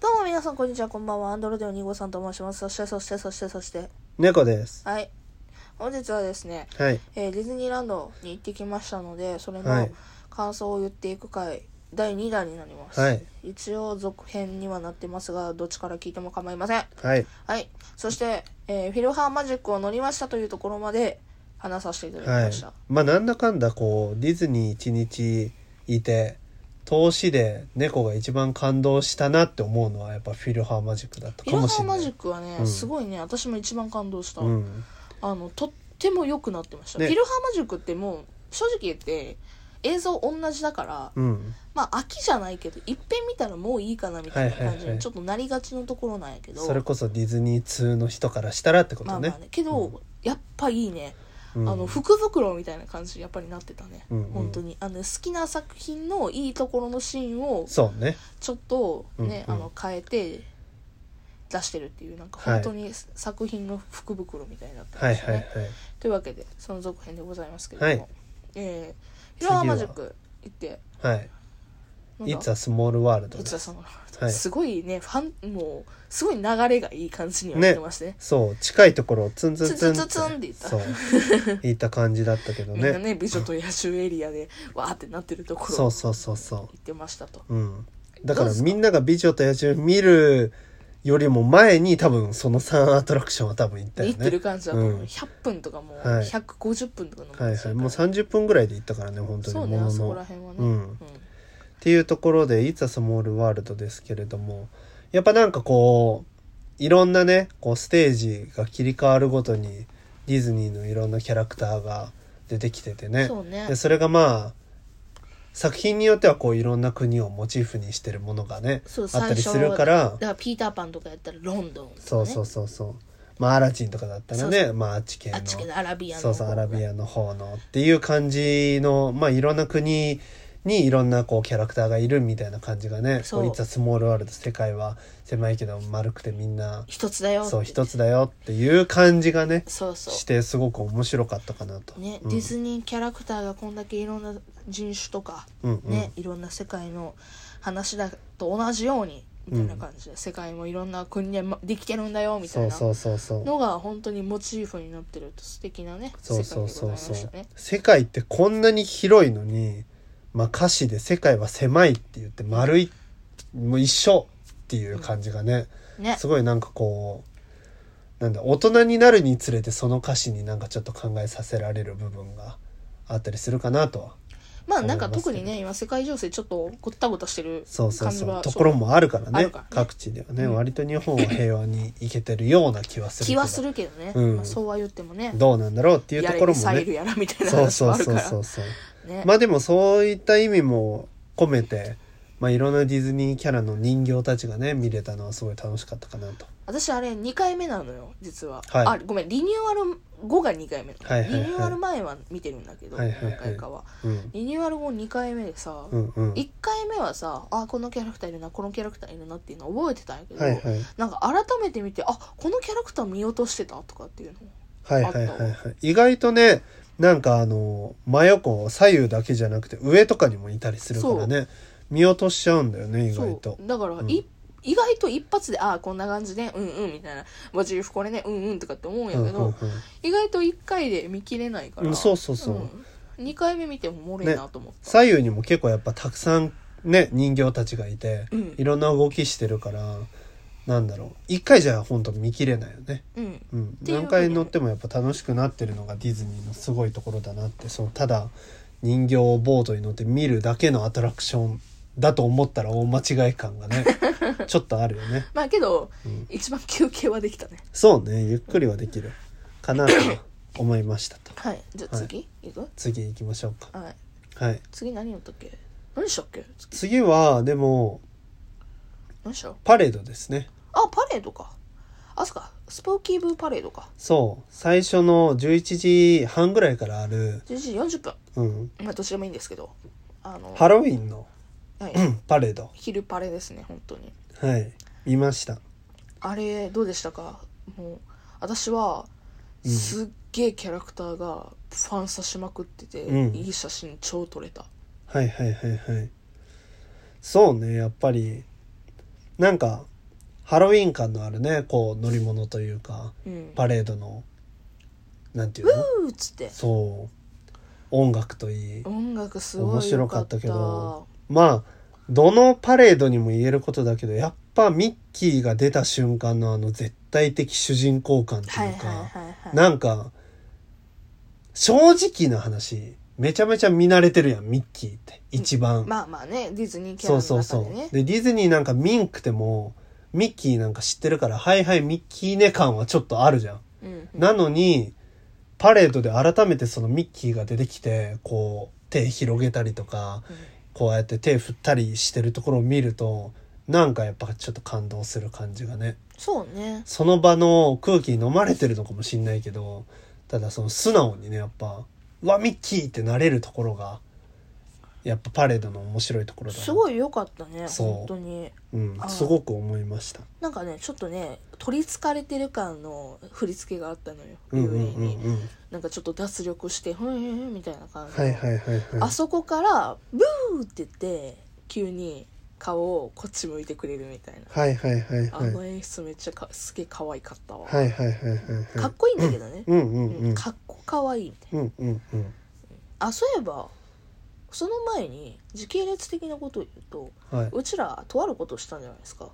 どうも皆さんこんにちは、こんばんは。アンドロデオ2号さんと申します。そして猫です。 はい、本日はですね、 はい。 ディズニーランドに行ってきましたので、それのはい。 感想を言っていく回、第2弾になります。 はい。 一応続編にはなってますが、どっちから聞いても構いません。 はい。 はい。そして、フィルハーマジックを乗りましたというところまで話させていただきはい。 ました。 まあなんだかんだこうディズニー1日いて投資で猫が一番感動したなって思うのはやっぱフィルハーマジックだったフィルハーかもしれない。 マジックはね、すごいね、私も一番感動した。 うん。 とっても良くなってました、 ね。 フィルハーマジックってもう正直言って映像同じだから、 うん。 まあ飽きじゃないけど一遍見たらもういいかなみたいな感じにちょっとなりがちのところなんやけど、 それこそディズニー通の人からしたらってことね。 まあまあねけど、やっぱいいね、福袋みたいな感じやっぱりなってたね、本当に好きな作品のいいところのシーンをそうね。 ちょっとね、 うんうん変えて出してるっていう、なんか本当に作品の福袋みたいになってましたね、というわけでその続編でございますけれども、フィルハーマジック行って It's a Small World です。 すごいね、もうすごい流れがいい感じにはなってますね。 そう近いところをツンツンツンツンツンって言った。 そう言った感じだったけどね。 みんなね、美女と野獣エリアでわーってなってるところを言ってましたと。 だからみんなが美女と野獣見るよりも前に多分その3アトラクションは多分行ったよね。 行ってる感じだと思う。100分とかもう150分とかのもう30分ぐらいで行ったからね、本当に。 そうね、あそこら辺はね。 っていうところで「It's a Small World」ですけれども、やっぱなんかこういろんなねこうステージが切り替わるごとにディズニーのいろんなキャラクターが出てきててね。でそれがまあ作品によってはこういろんな国をモチーフにしてるものがねあったりするから、 だからピーターパンとかやったらロンドンとか、ね、 そうまあアラジンとかだったらね、まああっち系のアラビアのアラビアの方のっていう感じの、まあいろんな国にいろんなこうキャラクターがいるみたいな感じがね。It's a Small World、世界は狭いけど丸くてみんな一つだよ、 そう一つだよっていう感じがねしてすごく面白かったかなと、 ね。ディズニーキャラクターがこんだけいろんな人種とか、ね、いろんな世界の話だと同じようにみたいな感じで、世界もいろんな国でできてるんだよみたいなのが本当にモチーフになってると素敵なね世界でございましたね。 世界ってこんなに広いのに、まあ、歌詞で世界は狭いって言って丸い、もう一緒っていう感じがね、すごいなんかこうなんだ大人になるにつれてその歌詞になんかちょっと考えさせられる部分があったりするかなとは。 まあなんか特にね今世界情勢ちょっとごったごたしてる感じはところもあるからね、各地ではね、割と日本は平和にいけてるような気はするけどね、まあ、そうは言ってもねどうなんだろうっていうところもね、 やれミサイルやらみたいな話もあるから、 まあでもそういった意味も込めて、まあ、いろんなディズニーキャラの人形たちがね見れたのはすごい楽しかったかなと。 私あれ2回目なのよ実は、 はいごめんリニューアル後が2回目、リニューアル前は見てるんだけど、何回かは、リニューアル後2回目でさ、1回目はさこのキャラクターいるなこのキャラクターいるなっていうの覚えてたんやけど、なんか改めて見てこのキャラクター見落としてたとかっていうのあったわ。 意外とねなんか真横左右だけじゃなくて上とかにもいたりするからね見落としちゃうんだよね意外と。 だから、意外と一発でこんな感じでみたいなモチーフこれねとかって思うんやけど、意外と1回で見切れないから、2回目見てもおもろいなと思った、 左右にも結構やっぱたくさんね人形たちがいて、いろんな動きしてるからなんだろう1回じゃ本当見切れないよね、何回乗ってもやっぱ楽しくなってるのがディズニーのすごいところだなって。ただ人形ボートに乗って見るだけのアトラクションだと思ったら大間違い感がねちょっとあるよね。 まあけど、一番休憩はできたね。 そうねゆっくりはできるかなと思いましたと。 はいじゃあ次、 次行きましょうか。次何やったっけ何したっけ。 次はでもパレードですね。 パレードか。そっかスポーキーブーパレードか。 そう最初の11時半ぐらいからある 11時40分、まあどっちでもいいんですけどハロウィンの、パレード昼パレですね本当に。 見ました。 あれどうでしたか。もう私はすっげえキャラクターがファンさしまくってて、いい写真超撮れた。 そうねやっぱりなんかハロウィーン感のあるねこう乗り物というか、パレードのなんていうのウーっつってそう音楽といい音楽すごい面白かったけどまあどのパレードにも言えることだけどやっぱミッキーが出た瞬間の絶対的主人公感というかなんか正直な話めちゃめちゃ見慣れてるやんミッキーって一番、 まあまあねディズニーキャラの中でねそうでディズニーなんかミンクてもミッキーなんか知ってるからはいはいミッキーね感はちょっとあるじゃん、なのにパレードで改めてそのミッキーが出てきてこう手広げたりとか、こうやって手振ったりしてるところを見るとなんかやっぱちょっと感動する感じがねそうねその場の空気に飲まれてるのかもしんないけどただその素直にねやっぱうわミッキーってなれるところがやっぱパレードの面白いところだなすごい良かったね本当に、 すごく思いました。 なんかねちょっとね取りつかれてる感の振り付けがあったのよ遊園になんかちょっと脱力してふんみたいな感じあそこからブーって言って急に顔をこっち向いてくれるみたいな、あの演出めっちゃすげえ可愛かったわ、かっこいいんだけどね、かっこかわいいみたいな、あそういえばその前に時系列的なことを言うと、うちらとあることをしたんじゃないですか。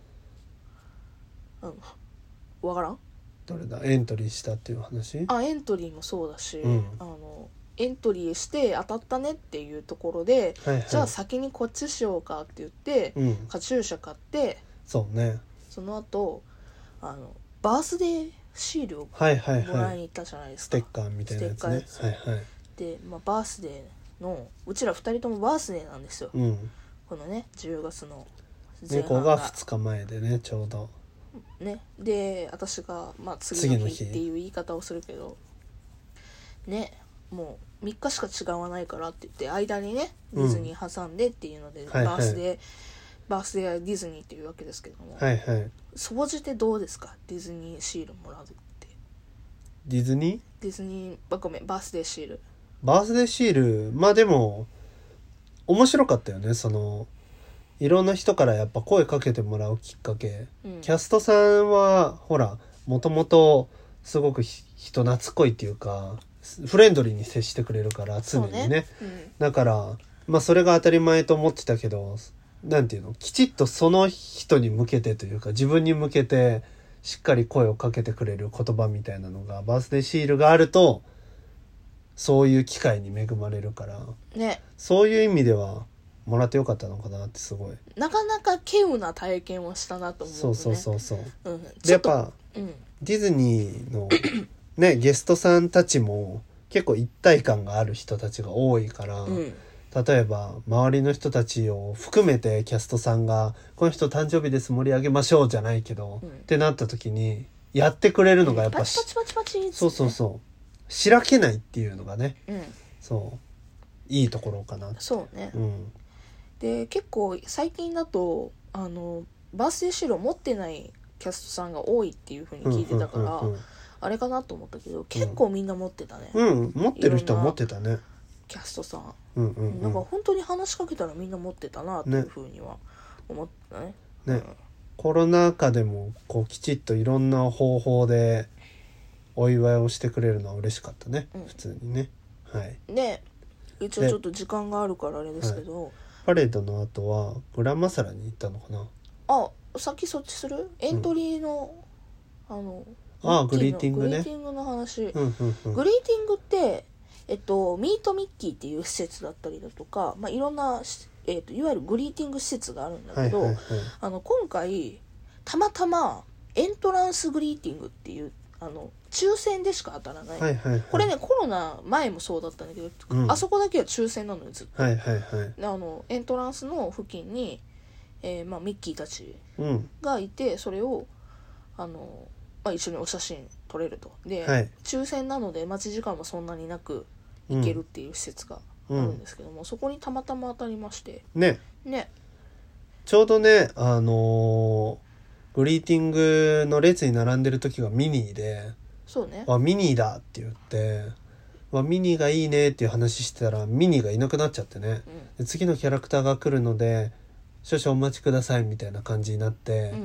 わからん？ どれだエントリーしたっていう話？ エントリーもそうだし、エントリーして当たったねっていうところで、じゃあ先にこっちしようかって言って、カチューシャ買ってそうねその後バースデーシールをもらいに行ったじゃないですか、 ステッカーみたいなやつねで、バースデーのうちら2人ともバースデーなんですよ、このね10月の前半が2日前でねちょうどねで私が、次の日っていう言い方をするけどねもう3日しか違わないからって言って間にねディズニー挟んでっていうので、バースデーはディズニーっていうわけですけども、総じてどうですかディズニーシールもらうって。 ディズニーごめんバースデーシールまあでも面白かったよねいろんな人からやっぱ声かけてもらうきっかけ、キャストさんはほらもともとすごく人懐っこいっていうかフレンドリーに接してくれるから常にね、だからそれが当たり前と思ってたけどなんていうのきちっとその人に向けてというか自分に向けてしっかり声をかけてくれる言葉みたいなのがバースデーシールがあるとそういう機会に恵まれるから、そういう意味ではもらってよかったのかなってすごいなかなか稀有な体験をしたなと思うね。 そう、でやっぱ、ディズニーのねゲストさんたちも結構一体感がある人たちが多いから、例えば周りの人たちを含めてキャストさんがこの人誕生日です盛り上げましょうじゃないけど、ってなった時にやってくれるのがやっぱパチパチ、ね、 そうしらけないっていうのがね、そういいところかなって。 そうね、で結構最近だとバースデーシールを持ってないキャストさんが多いっていう風に聞いてたから、あれかなと思ったけど結構みんな持ってたね、 持ってる人は持ってたねキャストさん、なんか本当に話しかけたらみんな持ってたなっていう風には思ってたね。 コロナ禍でもこうきちっといろんな方法でお祝いをしてくれるのは嬉しかったね、普通にね。 で一応ちょっと時間があるからあれですけど、 パレードの後はグランマサラに行ったのかな。 先そっちする？エントリーの、 グリーティングね。 グリーティングの話、グリーティングってミートミッキーっていう施設だったりだとか、いろんな、いわゆるグリーティング施設があるんだけど、今回たまたまエントランスグリーティングっていう抽選でしか当たらない、これねコロナ前もそうだったんだけど、あそこだけは抽選なのよずっと、エントランスの付近に、ミッキーたちがいて、それを一緒にお写真撮れると。で、抽選なので待ち時間もそんなになく行けるっていう施設があるんですけども、そこにたまたま当たりましてねちょうどねグリーティングの列に並んでる時がミニーで、ミニーだって言って、ミニーがいいねっていう話してたらミニーがいなくなっちゃってね、で次のキャラクターが来るので少々お待ちくださいみたいな感じになって、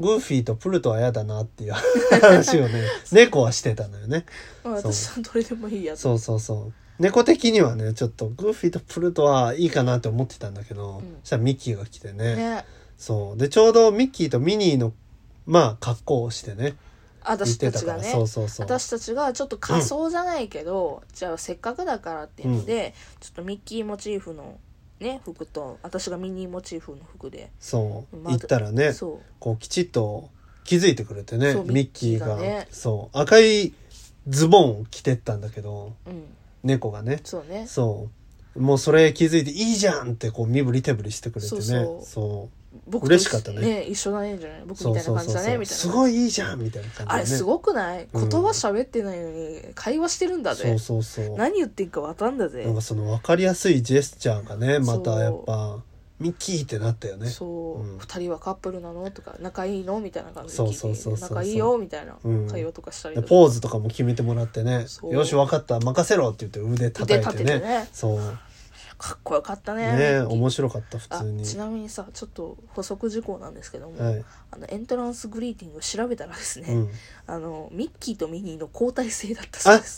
グーフィーとプルトは嫌だなっていう話をね猫はしてたのよね。 私はどれでもいいやと。そう猫的にはねちょっとグーフィーとプルトはいいかなって思ってたんだけど、そしたらミッキーが来てね。そうでちょうどミッキーとミニーの格好をしてね、 私たちがね、私たちがちょっと仮装じゃないけど、じゃあせっかくだからっていうので、ちょっとミッキーモチーフのね服と私がミニーモチーフの服で行ったらね、こうきちっと気づいてくれてね、ミッキーがね、赤いズボンを着てったんだけど、猫がね、もうそれ気づいていいじゃんってこう身振り手振りしてくれてね、僕嬉しかったね。 一緒だねじゃない、僕みたいな感じだねみたいな、 すごいいいじゃんみたいな感じで、 あれすごくない？言葉喋ってないのに会話してるんだぜ。何言ってんか分かんだぜ。 なんかその分かりやすいジェスチャーがねまたやっぱミッキーってなったよね。 2人はカップルなのとか仲いいのみたいな感じで聞いて、仲いいよみたいな会話とかしたりとか、 ポーズとかも決めてもらってね、よし分かった任せろって言って腕叩いてね、 かっこよかったね。 面白かった普通に。 ちなみにさちょっと補足事項なんですけども、エントランスグリーティングを調べたらですね、ミッキーとミニーの交代制だったそうです。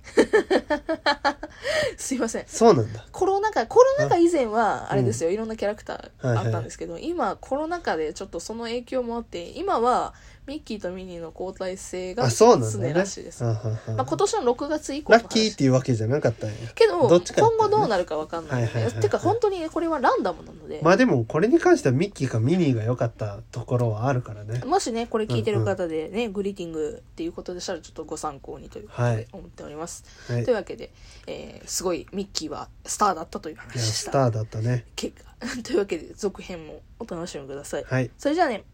すいません。 そうなんだ。 コロナ禍以前はあれですよ、いろんなキャラクターあったんですけど、今コロナ禍でちょっとその影響もあって今はミッキーとミニーの交代制が常らしいです。今年の6月以降の話。 ラッキーっていうわけじゃなかったんやけど今後どうなるか分かんない、てか本当にこれはランダムなので、 でもこれに関してはミッキーかミニーが良かったところはあるからね。 もしねこれ聞いてる方でね、グリーティングっていうことでしたらちょっとご参考にということで思っております、というわけで、すごいミッキーはスターだったという話でした。 スターだったね結果というわけで続編もお楽しみください。それじゃあね。